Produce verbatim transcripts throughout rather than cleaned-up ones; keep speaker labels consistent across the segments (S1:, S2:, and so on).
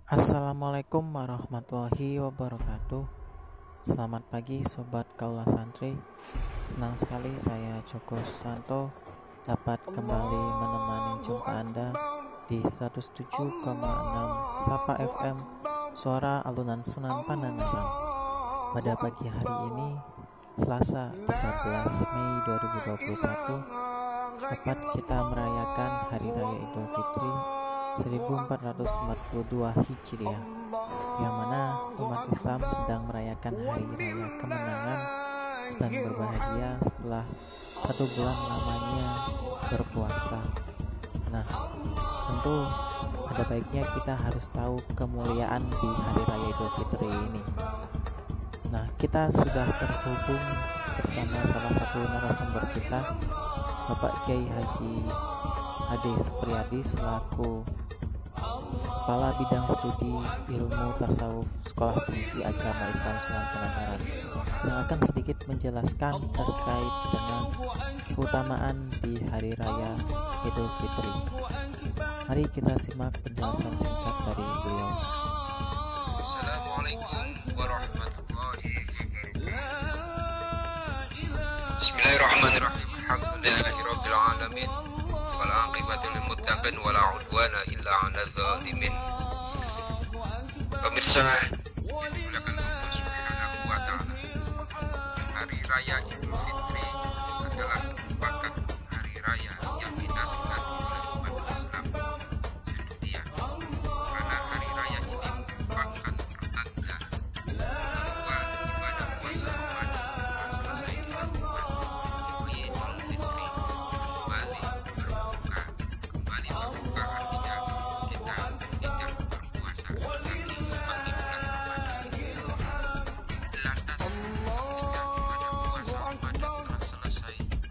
S1: Assalamualaikum warahmatullahi wabarakatuh. Selamat pagi Sobat Kaula Santri. Senang sekali saya Joko Susanto dapat kembali menemani jumpa Anda di seratus tujuh koma enam Sapa F M, Suara Alunan Sunan Pangandaran. Pada pagi hari ini, Selasa tiga belas Mei dua ribu dua puluh satu, tepat kita merayakan Hari Raya Idul Fitri seribu empat ratus empat puluh dua Hijriah, yang mana umat Islam sedang merayakan Hari Raya Kemenangan, sedang berbahagia setelah satu bulan lamanya berpuasa. Nah, tentu ada baiknya kita harus tahu kemuliaan di Hari Raya Idul Fitri ini. Nah, kita sudah terhubung bersama salah satu narasumber kita, Bapak Kiai Haji Ade Supriyadi selaku Kepala Bidang Studi Ilmu Tasawuf Sekolah Tinggi Agama Islam Sunan Pangandaran, yang akan sedikit menjelaskan terkait dengan keutamaan di Hari Raya Idul Fitri. Mari kita simak penjelasan singkat dari beliau.
S2: Assalamualaikum warahmatullahi wabarakatuh. Bismillahirrahmanirrahim. Alhamdulillahirabbil alamin. Wal aqibatu lil muttaqin wala udwana illa 'alal zalimin. Pemirsa yang dimuliakan Allah Subhanahu wa taala, Hari Raya Idul Fitri adalah merupakan hari raya yang dinanti-nanti oleh umat Islam sedunia, karena hari raya ini merupakan pertanda bahwa ibadah puasa Ramadan telah selesai dilakukan. Idul Fitri kembali berbuka. Kembali berbuka artinya kita tidak berpuasa lagi seperti bulan Ramadan ini. Lantas ketika ibadah puasa Ramadan telah selesai,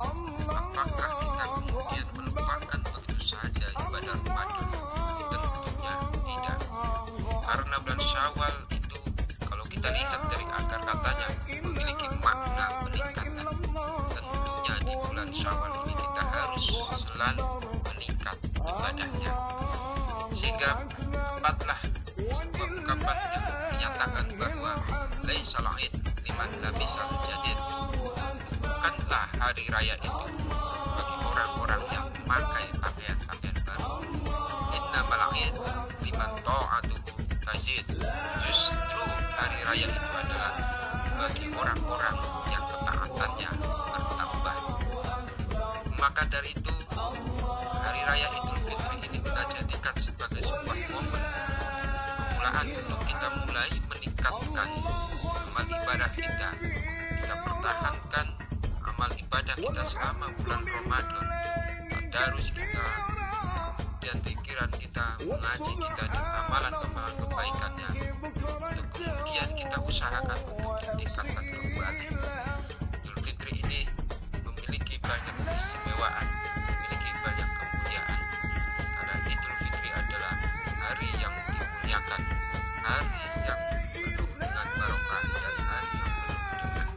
S2: apakah kita kemudian melupakan begitu saja ibadah Ramadan? Tentunya tidak. Karena bulan Syawal itu, kalau kita lihat dari akar katanya, memiliki makna peningkatan. Tentunya di bulan Syawal ini kita harus selalu meningkat ibadahnya, sehingga tepatlah sebuah ungkapan yang menyatakan bahwa laisal id liman labisal jadid, bukanlah hari raya itu bagi orang-orang yang memakai pakaian-pakaian baru. Innamal id liman ta'atuhu tazid, justru hari raya itu adalah bagi orang-orang yang ketaatannya bertambah. Maka dari itu, Hari Raya Idul Fitri ini kita jadikan sebagai sebuah momen permulaan untuk kita mulai meningkatkan amal ibadah kita. Kita pertahankan amal ibadah kita selama bulan Ramadan, tadarus kita, kemudian pikiran kita, mengaji kita, dan amalan-amalan kebaikannya, untuk kemudian kita usahakan untuk ditingkatkan kembali. Idul Fitri ini memiliki banyak keistimewaan, memiliki banyak kemuliaan, karena Idul Fitri adalah hari yang dimuliakan, hari yang penuh dengan barokah, dan hari yang penuh dengan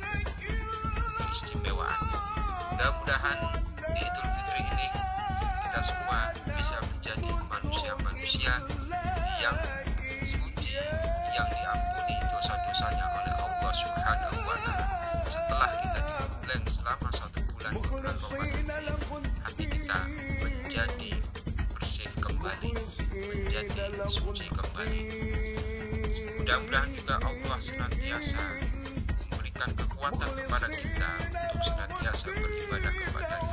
S2: keistimewaan. Mudah-mudahan di Idul Fitri ini kita semua bisa menjadi manusia-manusia yang suci, yang diampuni dosa-dosanya oleh Allah Subhanahu wa taala. Setelah kita digembleng selama satu bulan di bulan Ramadan ini, hati kita menjadi bersih kembali, menjadi suci kembali. Mudah-mudahan juga Allah senantiasa memberikan kekuatan kepada kita untuk senantiasa beribadah kepadanya.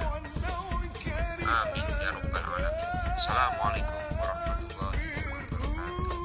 S2: Amin ya rabbal alamin. Assalamualaikum warahmatullahi wabarakatuh.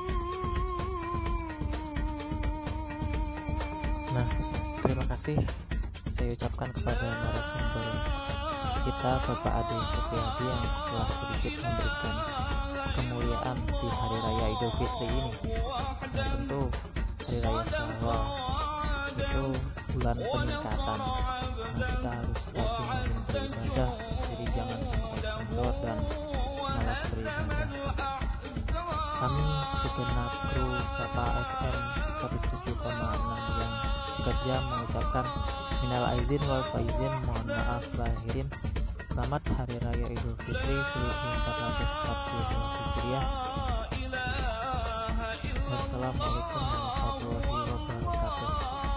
S1: Nah, terima kasih saya ucapkan kepada narasumber kita, Bapak Ade Supriyadi, yang telah sedikit memberikan kemuliaan di Hari Raya Idul Fitri ini. Nah, tentu Hari Raya Syawal itu bulan peningkatan. Nah, kita harus rajin-rajin beribadah, jadi jangan sampai kendor dan malas beribadah. Kami segenap kru Sapa F M seratus tujuh koma enam yang bekerja mengucapkan minal aizin wal faizin, mohon maaf lahirin. Selamat Hari Raya Idul Fitri seribu empat ratus empat puluh dua Hijriah. Wassalamualaikum warahmatullahi wabarakatuh.